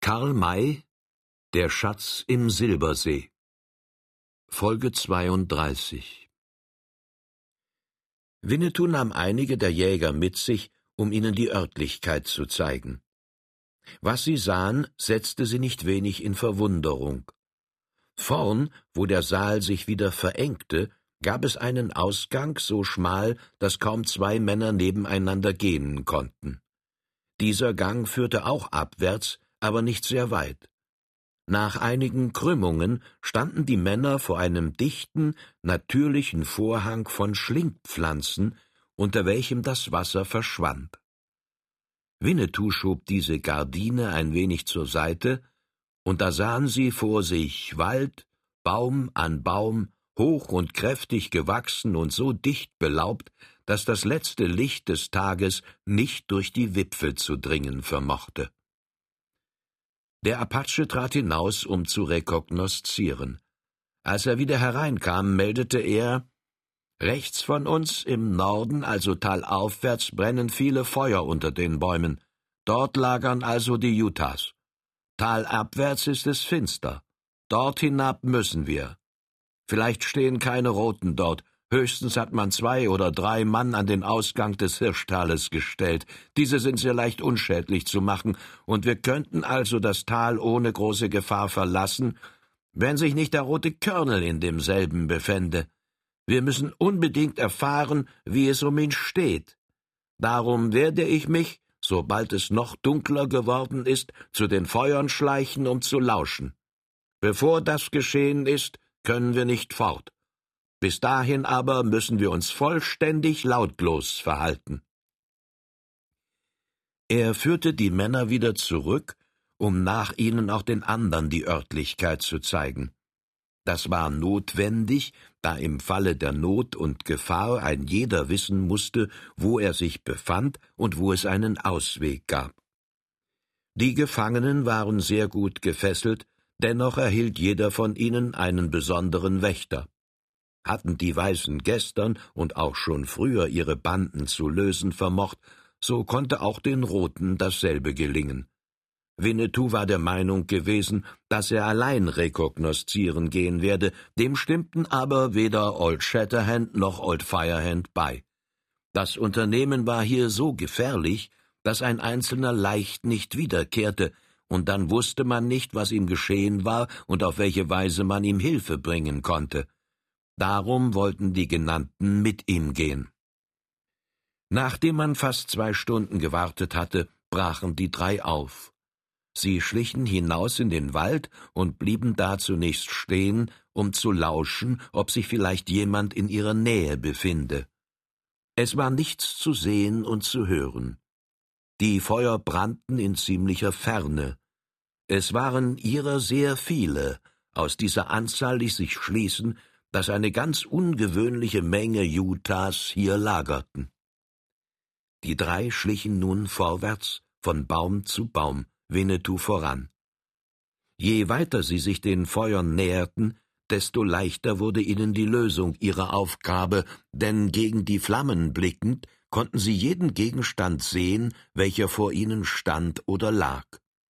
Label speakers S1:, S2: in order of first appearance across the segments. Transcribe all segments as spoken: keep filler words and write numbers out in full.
S1: Karl May, Der Schatz im Silbersee. Folge zweiunddreißig. Winnetou nahm einige der Jäger mit sich, um ihnen die Örtlichkeit zu zeigen. Was sie sahen, setzte sie nicht wenig in Verwunderung. Vorn, wo der Saal sich wieder verengte, gab es einen Ausgang so schmal, dass kaum zwei Männer nebeneinander gehen konnten. Dieser Gang führte auch abwärts, aber nicht sehr weit. Nach einigen Krümmungen standen die Männer vor einem dichten, natürlichen Vorhang von Schlingpflanzen, unter welchem das Wasser verschwand. Winnetou schob diese Gardine ein wenig zur Seite, und da sahen sie vor sich Wald, Baum an Baum, hoch und kräftig gewachsen und so dicht belaubt, dass das letzte Licht des Tages nicht durch die Wipfel zu dringen vermochte. Der Apache trat hinaus, um zu rekognoszieren. Als er wieder hereinkam, meldete er: »Rechts von uns, im Norden, also talaufwärts, brennen viele Feuer unter den Bäumen. Dort lagern also die Utahs. Talabwärts ist es finster. Dort hinab müssen wir. Vielleicht stehen keine Roten dort. Höchstens hat man zwei oder drei Mann an den Ausgang des Hirschtales gestellt. Diese sind sehr leicht unschädlich zu machen, und wir könnten also das Tal ohne große Gefahr verlassen, wenn sich nicht der rote Körnel in demselben befände. Wir müssen unbedingt erfahren, wie es um ihn steht. Darum werde ich mich, sobald es noch dunkler geworden ist, zu den Feuern schleichen, um zu lauschen. Bevor das geschehen ist, können wir nicht fort. Bis dahin aber müssen wir uns vollständig lautlos verhalten.« Er führte die Männer wieder zurück, um nach ihnen auch den anderen die Örtlichkeit zu zeigen. Das war notwendig, da im Falle der Not und Gefahr ein jeder wissen musste, wo er sich befand und wo es einen Ausweg gab. Die Gefangenen waren sehr gut gefesselt, dennoch erhielt jeder von ihnen einen besonderen Wächter. Hatten die Weißen gestern und auch schon früher ihre Banden zu lösen vermocht, so konnte auch den Roten dasselbe gelingen. Winnetou war der Meinung gewesen, dass er allein rekognoszieren gehen werde, dem stimmten aber weder Old Shatterhand noch Old Firehand bei. Das Unternehmen war hier so gefährlich, dass ein Einzelner leicht nicht wiederkehrte, und dann wusste man nicht, was ihm geschehen war und auf welche Weise man ihm Hilfe bringen konnte. Darum wollten die Genannten mit ihm gehen. Nachdem man fast zwei Stunden gewartet hatte, brachen die drei auf. Sie schlichen hinaus in den Wald und blieben da zunächst stehen, um zu lauschen, ob sich vielleicht jemand in ihrer Nähe befinde. Es war nichts zu sehen und zu hören. Die Feuer brannten in ziemlicher Ferne. Es waren ihrer sehr viele. Aus dieser Anzahl ließ sich schließen, dass eine ganz ungewöhnliche Menge Utahs hier lagerten. Die drei schlichen nun vorwärts, von Baum zu Baum, Winnetou voran. Je weiter sie sich den Feuern näherten, desto leichter wurde ihnen die Lösung ihrer Aufgabe, denn gegen die Flammen blickend konnten sie jeden Gegenstand sehen, welcher vor ihnen stand oder lag.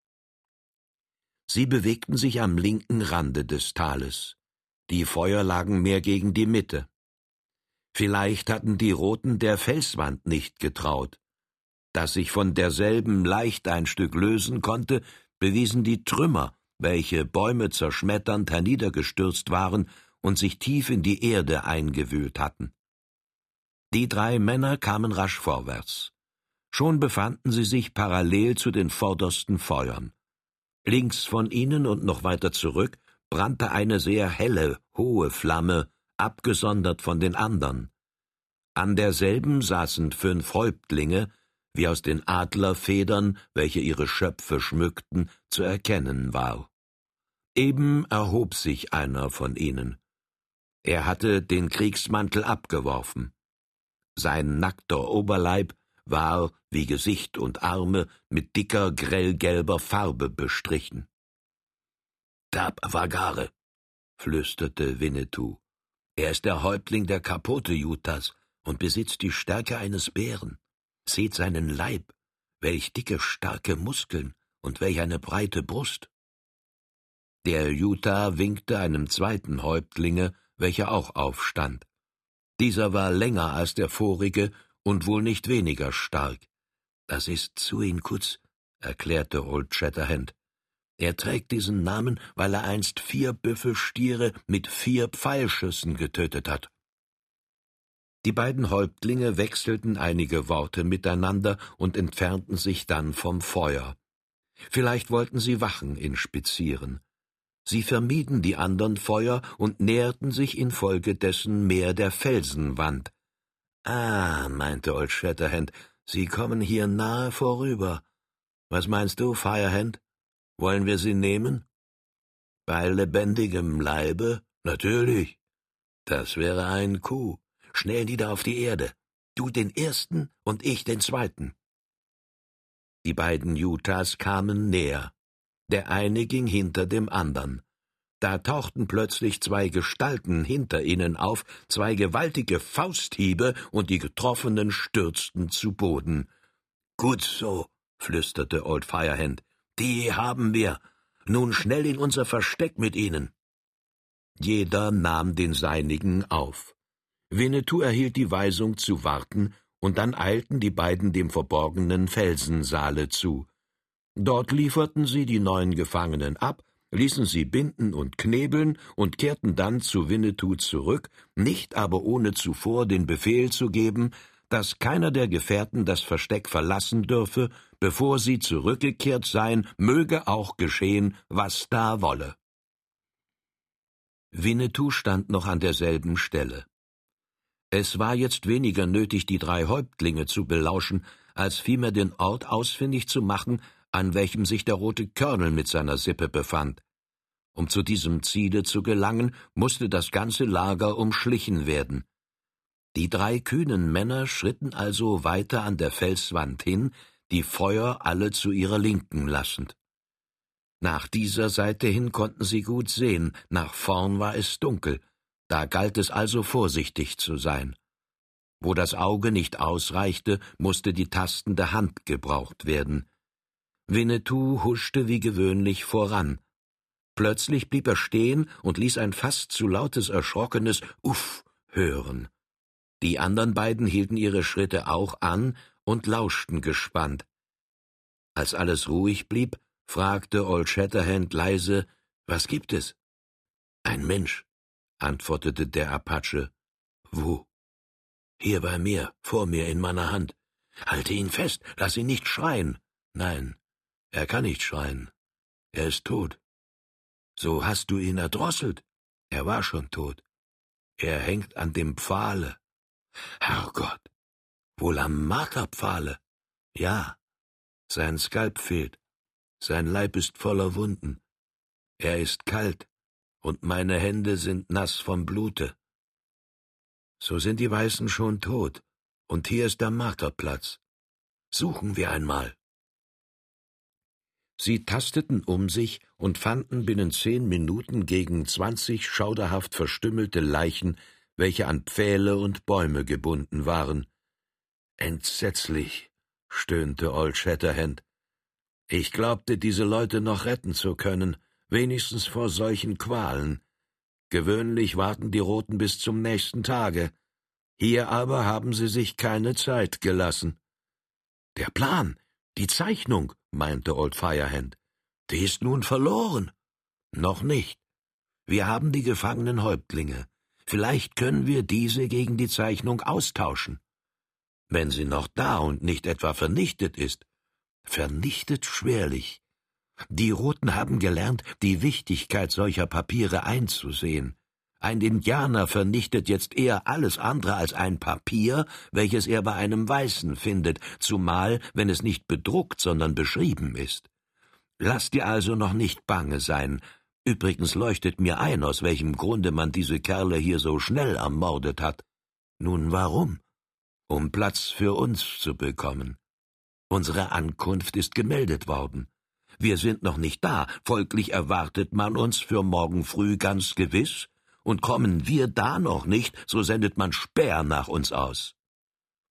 S1: Sie bewegten sich am linken Rande des Tales. Die Feuer lagen mehr gegen die Mitte. Vielleicht hatten die Roten der Felswand nicht getraut. Dass sich von derselben leicht ein Stück lösen konnte, bewiesen die Trümmer, welche Bäume zerschmetternd herniedergestürzt waren und sich tief in die Erde eingewühlt hatten. Die drei Männer kamen rasch vorwärts. Schon befanden sie sich parallel zu den vordersten Feuern. Links von ihnen und noch weiter zurück brannte eine sehr helle, hohe Flamme, abgesondert von den anderen. An derselben saßen fünf Häuptlinge, wie aus den Adlerfedern, welche ihre Schöpfe schmückten, zu erkennen war. Eben erhob sich einer von ihnen. Er hatte den Kriegsmantel abgeworfen. Sein nackter Oberleib war, wie Gesicht und Arme, mit dicker, grellgelber Farbe bestrichen. »Tapwagare«, flüsterte Winnetou. »Er ist der Häuptling der Capote-Utahs und besitzt die Stärke eines Bären. Seht seinen Leib, welch dicke, starke Muskeln und welch eine breite Brust!« Der Utah winkte einem zweiten Häuptlinge, welcher auch aufstand. Dieser war länger als der vorige und wohl nicht weniger stark. »Das ist Suin-Kutz«, erklärte Old Shatterhand. »Er trägt diesen Namen, weil er einst vier Büffelstiere mit vier Pfeilschüssen getötet hat.« Die beiden Häuptlinge wechselten einige Worte miteinander und entfernten sich dann vom Feuer. Vielleicht wollten sie Wachen inspizieren. Sie vermieden die andern Feuer und näherten sich infolgedessen mehr der Felsenwand. »Ah«, meinte Old Shatterhand, »sie kommen hier nahe vorüber. Was meinst du, Firehand? Wollen wir sie nehmen?« »Bei lebendigem Leibe? Natürlich. Das wäre ein Coup. Schnell nieder auf die Erde. Du den ersten und ich den zweiten.« Die beiden Utahs kamen näher. Der eine ging hinter dem andern. Da tauchten plötzlich zwei Gestalten hinter ihnen auf, zwei gewaltige Fausthiebe, und die Getroffenen stürzten zu Boden. »Gut so«, flüsterte Old Firehand, »die haben wir. Nun schnell in unser Versteck mit ihnen.« Jeder nahm den seinigen auf. Winnetou erhielt die Weisung zu warten, und dann eilten die beiden dem verborgenen Felsensaale zu. Dort lieferten sie die neuen Gefangenen ab, ließen sie binden und knebeln und kehrten dann zu Winnetou zurück, nicht aber ohne zuvor den Befehl zu geben, dass keiner der Gefährten das Versteck verlassen dürfe, bevor sie zurückgekehrt seien, möge auch geschehen, was da wolle. Winnetou stand noch an derselben Stelle. Es war jetzt weniger nötig, die drei Häuptlinge zu belauschen, als vielmehr den Ort ausfindig zu machen, an welchem sich der rote Colonel mit seiner Sippe befand. Um zu diesem Ziele zu gelangen, musste das ganze Lager umschlichen werden. Die drei kühnen Männer schritten also weiter an der Felswand hin, die Feuer alle zu ihrer Linken lassend. Nach dieser Seite hin konnten sie gut sehen, nach vorn war es dunkel, da galt es also vorsichtig zu sein. Wo das Auge nicht ausreichte, musste die tastende Hand gebraucht werden. Winnetou huschte wie gewöhnlich voran. Plötzlich blieb er stehen und ließ ein fast zu lautes, erschrockenes »Uff« hören. Die anderen beiden hielten ihre Schritte auch an und lauschten gespannt. Als alles ruhig blieb, fragte Old Shatterhand leise, »Was gibt es?« »Ein Mensch«, antwortete der Apache. »Wo?« »Hier bei mir, vor mir in meiner Hand. Halte ihn fest, lass ihn nicht schreien.« »Nein, er kann nicht schreien. Er ist tot.« »So hast du ihn erdrosselt?« »Er war schon tot. Er hängt an dem Pfahle.« »Herrgott, wohl am Marterpfahle?« »Ja, sein Skalp fehlt. Sein Leib ist voller Wunden. Er ist kalt, und meine Hände sind nass vom Blute. So sind die Weißen schon tot, und hier ist der Marterplatz. Suchen wir einmal.« Sie tasteten um sich und fanden binnen zehn Minuten gegen zwanzig schauderhaft verstümmelte Leichen, welche an Pfähle und Bäume gebunden waren. »Entsetzlich«, stöhnte Old Shatterhand. »Ich glaubte, diese Leute noch retten zu können, wenigstens vor solchen Qualen. Gewöhnlich warten die Roten bis zum nächsten Tage. Hier aber haben sie sich keine Zeit gelassen.« »Der Plan, die Zeichnung«, meinte Old Firehand. »Die ist nun verloren.« »Noch nicht. Wir haben die gefangenen Häuptlinge. Vielleicht können wir diese gegen die Zeichnung austauschen. Wenn sie noch da und nicht etwa vernichtet ist.« »Vernichtet schwerlich. Die Roten haben gelernt, die Wichtigkeit solcher Papiere einzusehen. Ein Indianer vernichtet jetzt eher alles andere als ein Papier, welches er bei einem Weißen findet, zumal, wenn es nicht bedruckt, sondern beschrieben ist. Lass dir also noch nicht bange sein. Übrigens leuchtet mir ein, aus welchem Grunde man diese Kerle hier so schnell ermordet hat. Nun warum? Um Platz für uns zu bekommen. Unsere Ankunft ist gemeldet worden. Wir sind noch nicht da, folglich erwartet man uns für morgen früh ganz gewiss, und kommen wir da noch nicht, so sendet man Späher nach uns aus.«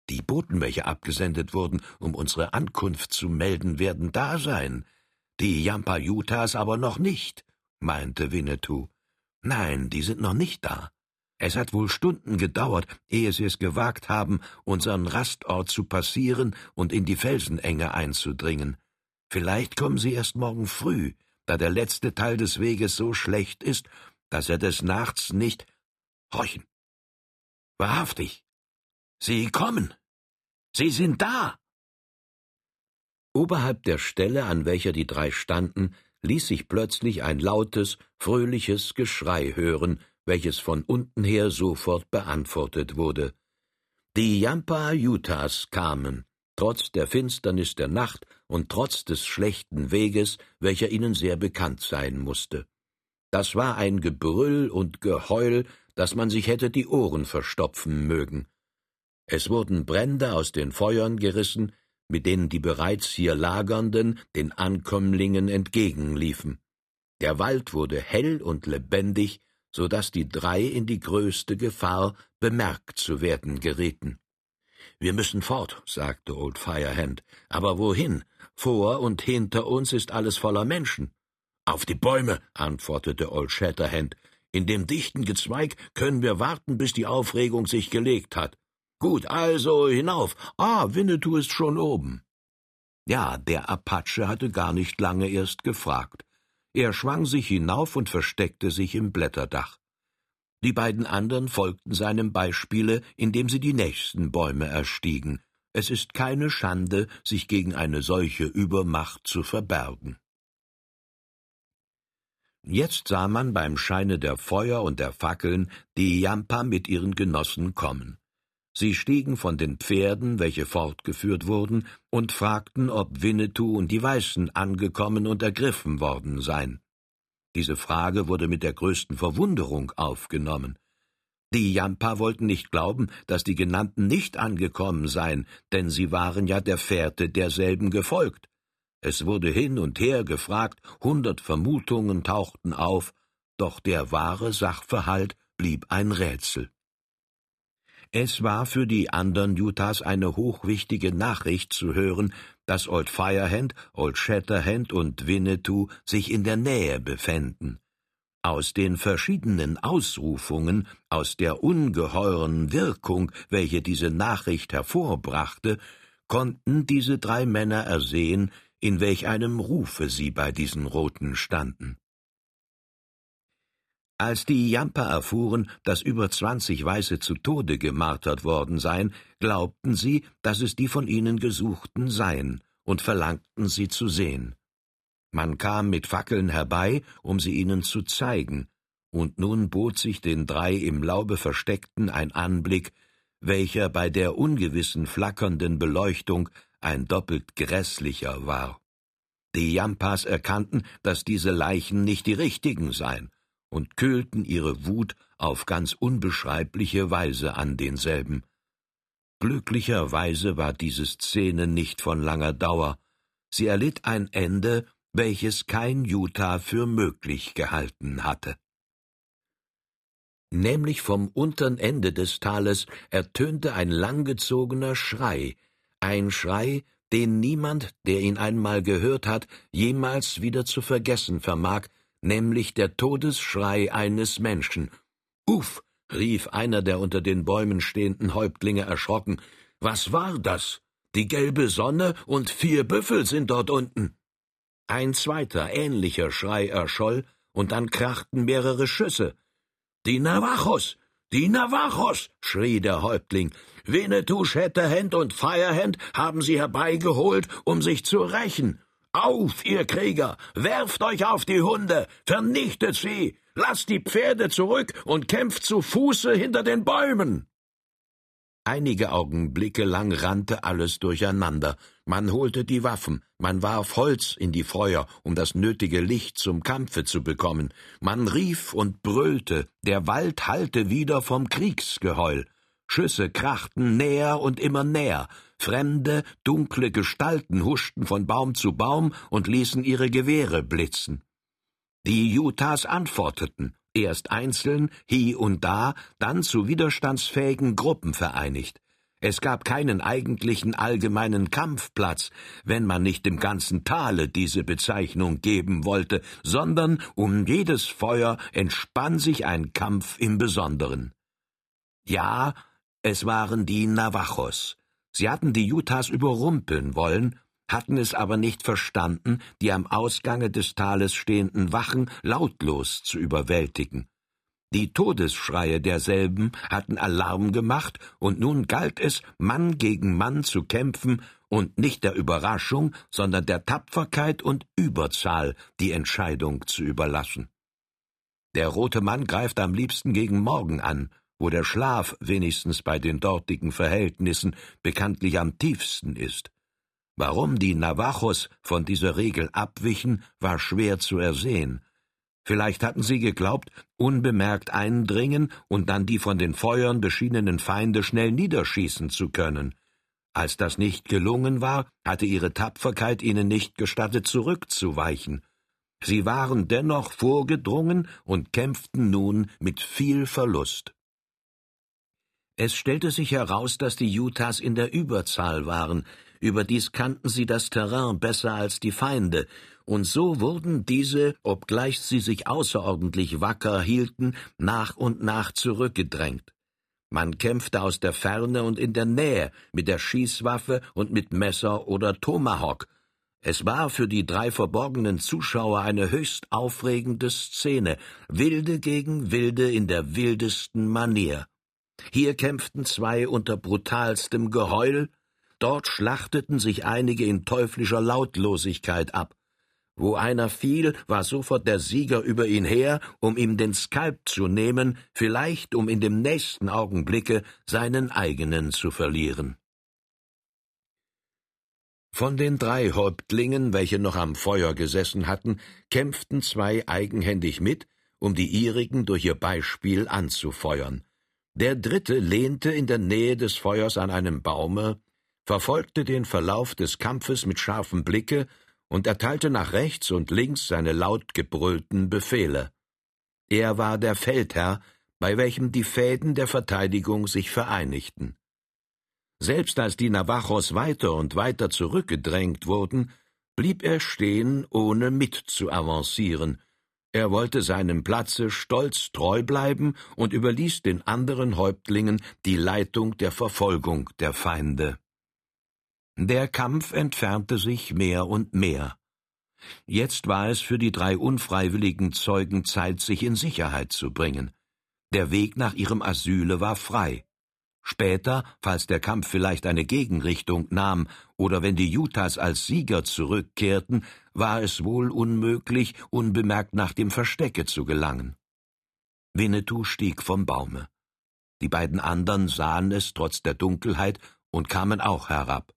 S1: Die Boten, welche abgesendet wurden, um unsere Ankunft zu melden, werden da sein. Die Yampa-Utahs aber noch nicht, meinte Winnetou. Nein, die sind noch nicht da. Es hat wohl Stunden gedauert, ehe sie es gewagt haben, unseren Rastort zu passieren und in die Felsenenge einzudringen. Vielleicht kommen sie erst morgen früh, da der letzte Teil des Weges so schlecht ist, dass er des Nachts nicht... Horchen! Wahrhaftig! Sie kommen! Sie sind da! Oberhalb der Stelle, an welcher die drei standen, ließ sich plötzlich ein lautes, fröhliches Geschrei hören, welches von unten her sofort beantwortet wurde. Die Yampa-Utahs kamen, trotz der Finsternis der Nacht und trotz des schlechten Weges, welcher ihnen sehr bekannt sein musste. Das war ein Gebrüll und Geheul, dass man sich hätte die Ohren verstopfen mögen. Es wurden Brände aus den Feuern gerissen, mit denen die bereits hier Lagernden den Ankömmlingen entgegenliefen. Der Wald wurde hell und lebendig, so daß die drei in die größte Gefahr, bemerkt zu werden gerieten. »Wir müssen fort«, sagte Old Firehand. »Aber wohin? Vor und hinter uns ist alles voller Menschen.« »Auf die Bäume«, antwortete Old Shatterhand. »In dem dichten Gezweig können wir warten, bis die Aufregung sich gelegt hat.« »Gut, also hinauf. Ah, Winnetou ist schon oben.« Ja, der Apache hatte gar nicht lange erst gefragt. Er schwang sich hinauf und versteckte sich im Blätterdach. Die beiden anderen folgten seinem Beispiele, indem sie die nächsten Bäume erstiegen. Es ist keine Schande, sich gegen eine solche Übermacht zu verbergen. Jetzt sah man beim Scheine der Feuer und der Fackeln die Yampa mit ihren Genossen kommen. Sie stiegen von den Pferden, welche fortgeführt wurden, und fragten, ob Winnetou und die Weißen angekommen und ergriffen worden seien. Diese Frage wurde mit der größten Verwunderung aufgenommen. Die Yampa wollten nicht glauben, dass die Genannten nicht angekommen seien, denn sie waren ja der Fährte derselben gefolgt. Es wurde hin und her gefragt, hundert Vermutungen tauchten auf, doch der wahre Sachverhalt blieb ein Rätsel. Es war für die anderen Utahs eine hochwichtige Nachricht zu hören, dass Old Firehand, Old Shatterhand und Winnetou sich in der Nähe befänden. Aus den verschiedenen Ausrufungen, aus der ungeheuren Wirkung, welche diese Nachricht hervorbrachte, konnten diese drei Männer ersehen, in welch einem Rufe sie bei diesen Roten standen. Als die Yampa erfuhren, dass über zwanzig Weiße zu Tode gemartert worden seien, glaubten sie, dass es die von ihnen Gesuchten seien, und verlangten sie zu sehen. Man kam mit Fackeln herbei, um sie ihnen zu zeigen, und nun bot sich den drei im Laube Versteckten ein Anblick, welcher bei der ungewissen flackernden Beleuchtung ein doppelt grässlicher war. Die Yampas erkannten, dass diese Leichen nicht die richtigen seien, und kühlten ihre Wut auf ganz unbeschreibliche Weise an denselben. Glücklicherweise war diese Szene nicht von langer Dauer. Sie erlitt ein Ende, welches kein Utah für möglich gehalten hatte. Nämlich vom untern Ende des Tales ertönte ein langgezogener Schrei, ein Schrei, den niemand, der ihn einmal gehört hat, jemals wieder zu vergessen vermag, nämlich der Todesschrei eines Menschen. »Uff«, rief einer der unter den Bäumen stehenden Häuptlinge erschrocken, »was war das? Die gelbe Sonne und vier Büffel sind dort unten.« Ein zweiter, ähnlicher Schrei erscholl, und dann krachten mehrere Schüsse. »Die Navajos! Die Navajos!« schrie der Häuptling. »Winnetou, Shatterhand und Firehand haben sie herbeigeholt, um sich zu rächen. Auf, ihr Krieger! Werft euch auf die Hunde! Vernichtet sie! Lasst die Pferde zurück und kämpft zu Fuße hinter den Bäumen!« Einige Augenblicke lang rannte alles durcheinander. Man holte die Waffen, man warf Holz in die Feuer, um das nötige Licht zum Kampfe zu bekommen. Man rief und brüllte, der Wald hallte wieder vom Kriegsgeheul. Schüsse krachten näher und immer näher. Fremde, dunkle Gestalten huschten von Baum zu Baum und ließen ihre Gewehre blitzen. Die Utahs antworteten, erst einzeln, hie und da, dann zu widerstandsfähigen Gruppen vereinigt. Es gab keinen eigentlichen allgemeinen Kampfplatz, wenn man nicht dem ganzen Tale diese Bezeichnung geben wollte, sondern um jedes Feuer entspann sich ein Kampf im Besonderen. Ja, es waren die Navajos. Sie hatten die Utahs überrumpeln wollen, hatten es aber nicht verstanden, die am Ausgange des Tales stehenden Wachen lautlos zu überwältigen. Die Todesschreie derselben hatten Alarm gemacht, und nun galt es, Mann gegen Mann zu kämpfen und nicht der Überraschung, sondern der Tapferkeit und Überzahl die Entscheidung zu überlassen. Der rote Mann greift am liebsten gegen Morgen an, wo der Schlaf, wenigstens bei den dortigen Verhältnissen, bekanntlich am tiefsten ist. Warum die Navajos von dieser Regel abwichen, war schwer zu ersehen. Vielleicht hatten sie geglaubt, unbemerkt eindringen und dann die von den Feuern beschienenen Feinde schnell niederschießen zu können. Als das nicht gelungen war, hatte ihre Tapferkeit ihnen nicht gestattet, zurückzuweichen. Sie waren dennoch vorgedrungen und kämpften nun mit viel Verlust. Es stellte sich heraus, dass die Utahs in der Überzahl waren. Überdies kannten sie das Terrain besser als die Feinde, und so wurden diese, obgleich sie sich außerordentlich wacker hielten, nach und nach zurückgedrängt. Man kämpfte aus der Ferne und in der Nähe, mit der Schießwaffe und mit Messer oder Tomahawk. Es war für die drei verborgenen Zuschauer eine höchst aufregende Szene, Wilde gegen Wilde in der wildesten Manier. Hier kämpften zwei unter brutalstem Geheul, dort schlachteten sich einige in teuflischer Lautlosigkeit ab. Wo einer fiel, war sofort der Sieger über ihn her, um ihm den Skalp zu nehmen, vielleicht um in dem nächsten Augenblicke seinen eigenen zu verlieren. Von den drei Häuptlingen, welche noch am Feuer gesessen hatten, kämpften zwei eigenhändig mit, um die ihrigen durch ihr Beispiel anzufeuern. Der dritte lehnte in der Nähe des Feuers an einem Baume, verfolgte den Verlauf des Kampfes mit scharfem Blicke und erteilte nach rechts und links seine laut gebrüllten Befehle. Er war der Feldherr, bei welchem die Fäden der Verteidigung sich vereinigten. Selbst als die Navajos weiter und weiter zurückgedrängt wurden, blieb er stehen, ohne mitzuavancieren. Er wollte seinem Platze stolz treu bleiben und überließ den anderen Häuptlingen die Leitung der Verfolgung der Feinde. Der Kampf entfernte sich mehr und mehr. Jetzt war es für die drei unfreiwilligen Zeugen Zeit, sich in Sicherheit zu bringen. Der Weg nach ihrem Asyle war frei. Später, falls der Kampf vielleicht eine Gegenrichtung nahm oder wenn die Utahs als Sieger zurückkehrten, war es wohl unmöglich, unbemerkt nach dem Verstecke zu gelangen. Winnetou stieg vom Baume. Die beiden anderen sahen es trotz der Dunkelheit und kamen auch herab.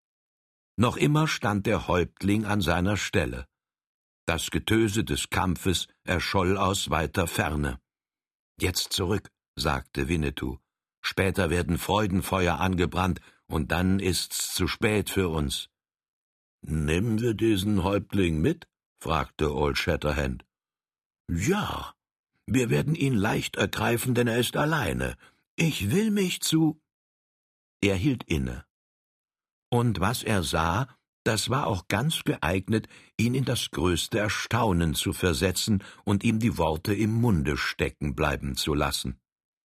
S1: Noch immer stand der Häuptling an seiner Stelle. Das Getöse des Kampfes erscholl aus weiter Ferne. »Jetzt zurück«, sagte Winnetou. »Später werden Freudenfeuer angebrannt, und dann ist's zu spät für uns.« »Nehmen wir diesen Häuptling mit?« fragte Old Shatterhand. »Ja, wir werden ihn leicht ergreifen, denn er ist alleine. Ich will mich zu...« Er hielt inne. Und was er sah, das war auch ganz geeignet, ihn in das größte Erstaunen zu versetzen und ihm die Worte im Munde stecken bleiben zu lassen.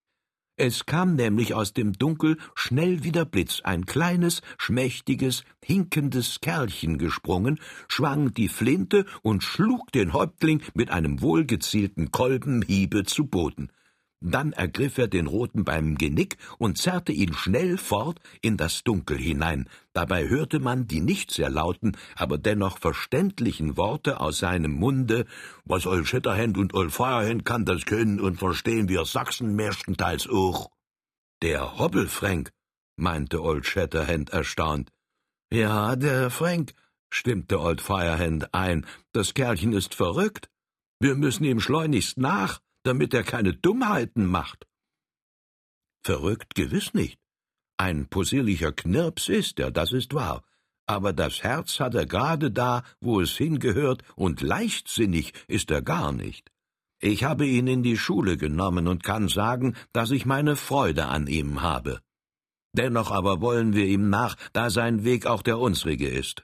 S1: Es kam nämlich aus dem Dunkel schnell wie der Blitz ein kleines, schmächtiges, hinkendes Kerlchen gesprungen, schwang die Flinte und schlug den Häuptling mit einem wohlgezielten Kolbenhiebe zu Boden. Dann ergriff er den Roten beim Genick und zerrte ihn schnell fort in das Dunkel hinein. Dabei hörte man die nicht sehr lauten, aber dennoch verständlichen Worte aus seinem Munde: »Was Old Shatterhand und Old Firehand kann, das können und verstehen wir Sachsen märstenteils auch.« »Der Hobbelfränk«, meinte Old Shatterhand erstaunt. »Ja, der Frank«, stimmte Old Firehand ein, »das Kerlchen ist verrückt. Wir müssen ihm schleunigst nach, damit er keine Dummheiten macht.« »Verrückt gewiss nicht. Ein possierlicher Knirps ist er, das ist wahr. Aber das Herz hat er gerade da, wo es hingehört, und leichtsinnig ist er gar nicht. Ich habe ihn in die Schule genommen und kann sagen, dass ich meine Freude an ihm habe.« Dennoch aber wollen wir ihm nach, da sein Weg auch der unsrige ist.«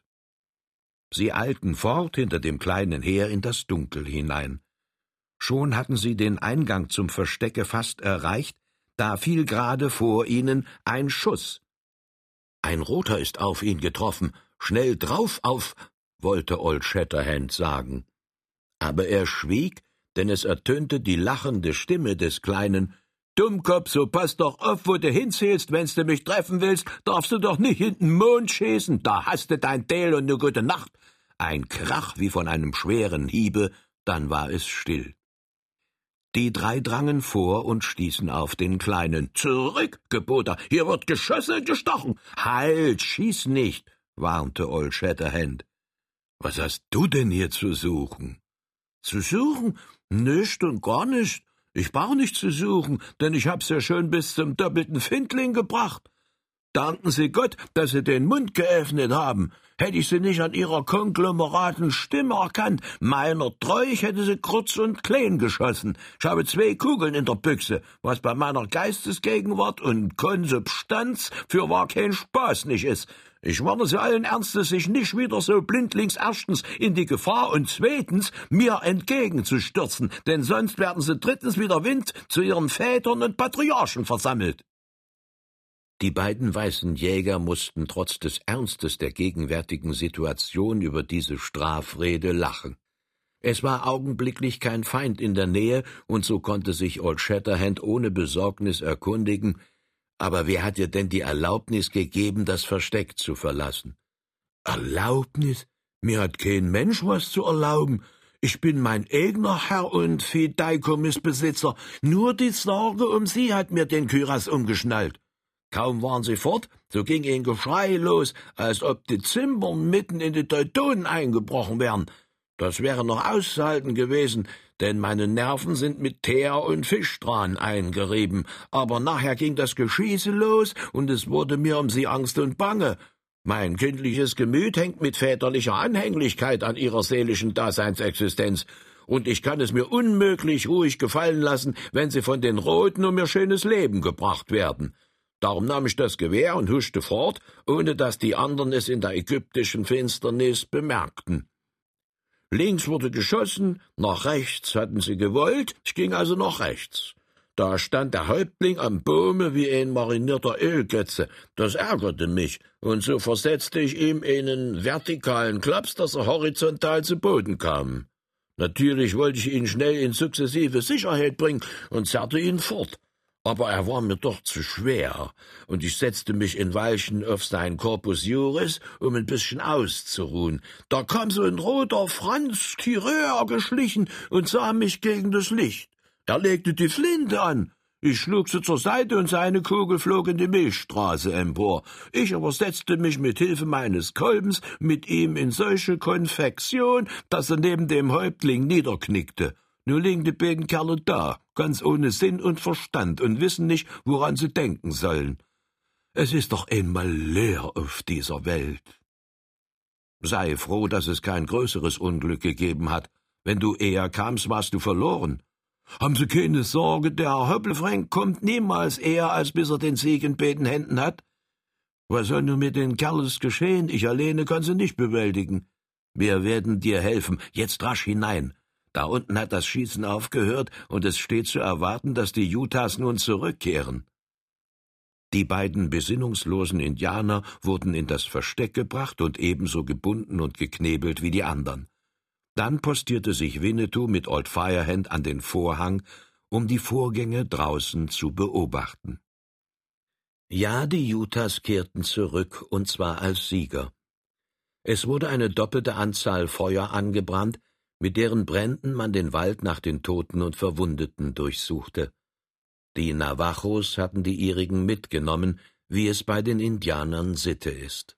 S1: Sie eilten fort hinter dem kleinen Heer in das Dunkel hinein. Schon hatten sie den Eingang zum Verstecke fast erreicht, da fiel gerade vor ihnen ein Schuss. »Ein Roter ist auf ihn getroffen, schnell drauf auf«, wollte Old Shatterhand sagen. Aber er schwieg, denn es ertönte die lachende Stimme des Kleinen: »Dummkopf, so pass doch auf, wo du hinzielst, wenn's du mich treffen willst, darfst du doch nicht in den Mond schießen, da hast du dein Teil und ne gute Nacht.« Ein Krach wie von einem schweren Hiebe, dann war es still. Die drei drangen vor und stießen auf den Kleinen. »Zurück«, gebot er, »hier wird geschossen und gestochen.« »Halt, schieß nicht«, warnte Old Shatterhand. »Was hast du denn hier zu suchen?« »Zu suchen? Nicht und gar nicht. Ich brauch nicht zu suchen, denn ich hab's ja schon bis zum doppelten Findling gebracht. Danken Sie Gott, dass Sie den Mund geöffnet haben. Hätte ich Sie nicht an Ihrer konglomeraten Stimme erkannt, meiner treu, ich hätte Sie kurz und klein geschossen. Ich habe zwei Kugeln in der Büchse, was bei meiner Geistesgegenwart und Konsubstanz für wahr kein Spaß nicht ist. Ich warne Sie allen Ernstes, sich nicht wieder so blindlings erstens in die Gefahr und zweitens mir entgegenzustürzen, denn sonst werden Sie drittens wieder Wind zu Ihren Vätern und Patriarchen versammelt.« Die beiden weißen Jäger mussten trotz des Ernstes der gegenwärtigen Situation über diese Strafrede lachen. Es war augenblicklich kein Feind in der Nähe, und so konnte sich Old Shatterhand ohne Besorgnis erkundigen: »Aber wer hat dir denn die Erlaubnis gegeben, das Versteck zu verlassen?« »Erlaubnis? Mir hat kein Mensch was zu erlauben. Ich bin mein eigener Herr und Fideikommissbesitzer. Nur die Sorge um Sie hat mir den Kürass umgeschnallt.« Kaum waren sie fort, so ging ein Geschrei los, als ob die Zimbern mitten in die Teutonen eingebrochen wären. Das wäre noch auszuhalten gewesen, denn meine Nerven sind mit Teer und Fischstrahlen eingerieben, aber nachher ging das Geschieße los, und es wurde mir um sie Angst und Bange. Mein kindliches Gemüt hängt mit väterlicher Anhänglichkeit an ihrer seelischen Daseinsexistenz, und ich kann es mir unmöglich ruhig gefallen lassen, wenn sie von den Roten um ihr schönes Leben gebracht werden. Darum nahm ich das Gewehr und huschte fort, ohne dass die anderen es in der ägyptischen Finsternis bemerkten. Links wurde geschossen, nach rechts hatten sie gewollt, ich ging also nach rechts. Da stand der Häuptling am Baume wie ein marinierter Ölgötze. Das ärgerte mich, und so versetzte ich ihm einen vertikalen Klaps, dass er horizontal zu Boden kam. Natürlich wollte ich ihn schnell in sukzessive Sicherheit bringen und zerrte ihn fort. Aber er war mir doch zu schwer, und ich setzte mich in Weilchen auf sein Corpus Juris, um ein bisschen auszuruhen. Da kam so ein roter Franz Tireur geschlichen und sah mich gegen das Licht. Er legte die Flinte an. Ich schlug sie zur Seite, und seine Kugel flog in die Milchstraße empor. Ich aber setzte mich mit Hilfe meines Kolbens mit ihm in solche Konfektion, dass er neben dem Häuptling niederknickte. Nun liegen die beiden Kerle da, ganz ohne Sinn und Verstand, und wissen nicht, woran sie denken sollen. Es ist doch einmal leer auf dieser Welt. Sei froh, dass es kein größeres Unglück gegeben hat. Wenn du eher kamst, warst du verloren. Haben Sie keine Sorge, der Herr Höppelfrank kommt niemals eher, als bis er den Sieg in beiden Händen hat. Was soll nun mit den Kerles geschehen? Ich alleine kann sie nicht bewältigen. Wir werden dir helfen. Jetzt rasch hinein. Da unten hat das Schießen aufgehört, und es steht zu erwarten, dass die Utahs nun zurückkehren. Die beiden besinnungslosen Indianer wurden in das Versteck gebracht und ebenso gebunden und geknebelt wie die anderen. Dann postierte sich Winnetou mit Old Firehand an den Vorhang, um die Vorgänge draußen zu beobachten. Ja, die Utahs kehrten zurück, und zwar als Sieger. Es wurde eine doppelte Anzahl Feuer angebrannt, mit deren Bränden man den Wald nach den Toten und Verwundeten durchsuchte. Die Navajos hatten die ihrigen mitgenommen, wie es bei den Indianern Sitte ist.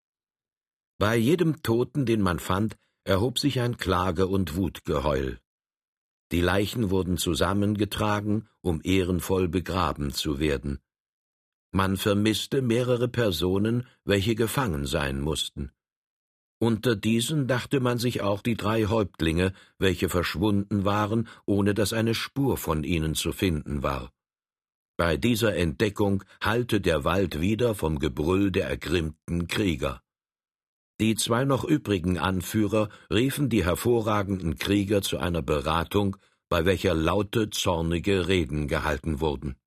S1: Bei jedem Toten, den man fand, erhob sich ein Klage- und Wutgeheul. Die Leichen wurden zusammengetragen, um ehrenvoll begraben zu werden. Man vermisste mehrere Personen, welche gefangen sein mussten. Unter diesen dachte man sich auch die drei Häuptlinge, welche verschwunden waren, ohne dass eine Spur von ihnen zu finden war. Bei dieser Entdeckung hallte der Wald wieder vom Gebrüll der ergrimmten Krieger. Die zwei noch übrigen Anführer riefen die hervorragenden Krieger zu einer Beratung, bei welcher laute, zornige Reden gehalten wurden.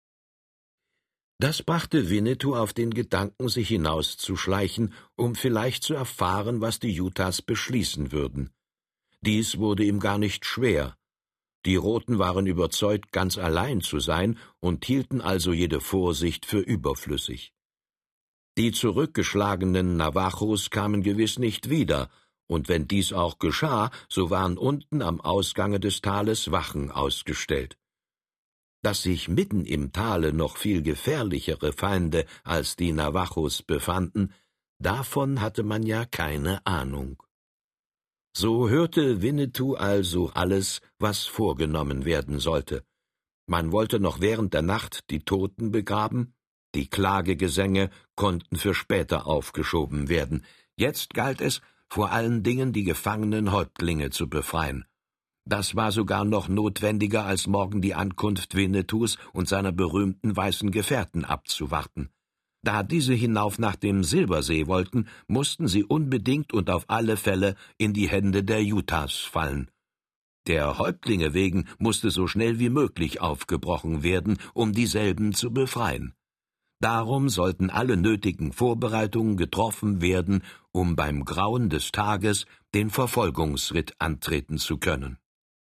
S1: Das brachte Winnetou auf den Gedanken, sich hinauszuschleichen, um vielleicht zu erfahren, was die Utahs beschließen würden. Dies wurde ihm gar nicht schwer. Die Roten waren überzeugt, ganz allein zu sein, und hielten also jede Vorsicht für überflüssig. Die zurückgeschlagenen Navajos kamen gewiss nicht wieder, und wenn dies auch geschah, so waren unten am Ausgange des Tales Wachen ausgestellt. Dass sich mitten im Tale noch viel gefährlichere Feinde als die Navajos befanden, davon hatte man ja keine Ahnung. So hörte Winnetou also alles, was vorgenommen werden sollte. Man wollte noch während der Nacht die Toten begraben, die Klagegesänge konnten für später aufgeschoben werden. Jetzt galt es, vor allen Dingen die gefangenen Häuptlinge zu befreien. Das war sogar noch notwendiger, als morgen die Ankunft Winnetous und seiner berühmten weißen Gefährten abzuwarten. Da diese hinauf nach dem Silbersee wollten, mussten sie unbedingt und auf alle Fälle in die Hände der Utahs fallen. Der Häuptlinge wegen musste so schnell wie möglich aufgebrochen werden, um dieselben zu befreien. Darum sollten alle nötigen Vorbereitungen getroffen werden, um beim Grauen des Tages den Verfolgungsritt antreten zu können.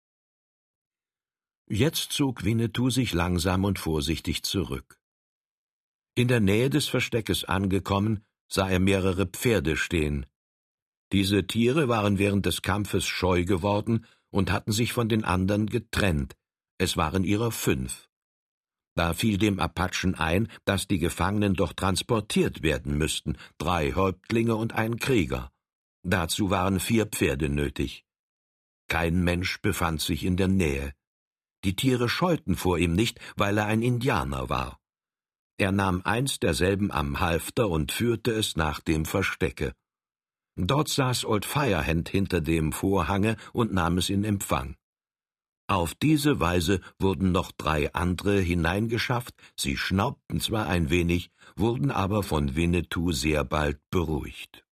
S1: Jetzt zog Winnetou sich langsam und vorsichtig zurück. In der Nähe des Versteckes angekommen, sah er mehrere Pferde stehen. Diese Tiere waren während des Kampfes scheu geworden und hatten sich von den anderen getrennt. Es waren ihrer fünf. Da fiel dem Apachen ein, dass die Gefangenen doch transportiert werden müssten, drei Häuptlinge und ein Krieger. Dazu waren vier Pferde nötig. Kein Mensch befand sich in der Nähe. Die Tiere scheuten vor ihm nicht, weil er ein Indianer war. Er nahm eins derselben am Halfter und führte es nach dem Verstecke. Dort saß Old Firehand hinter dem Vorhange und nahm es in Empfang. Auf diese Weise wurden noch drei andere hineingeschafft, sie schnaubten zwar ein wenig, wurden aber von Winnetou sehr bald beruhigt.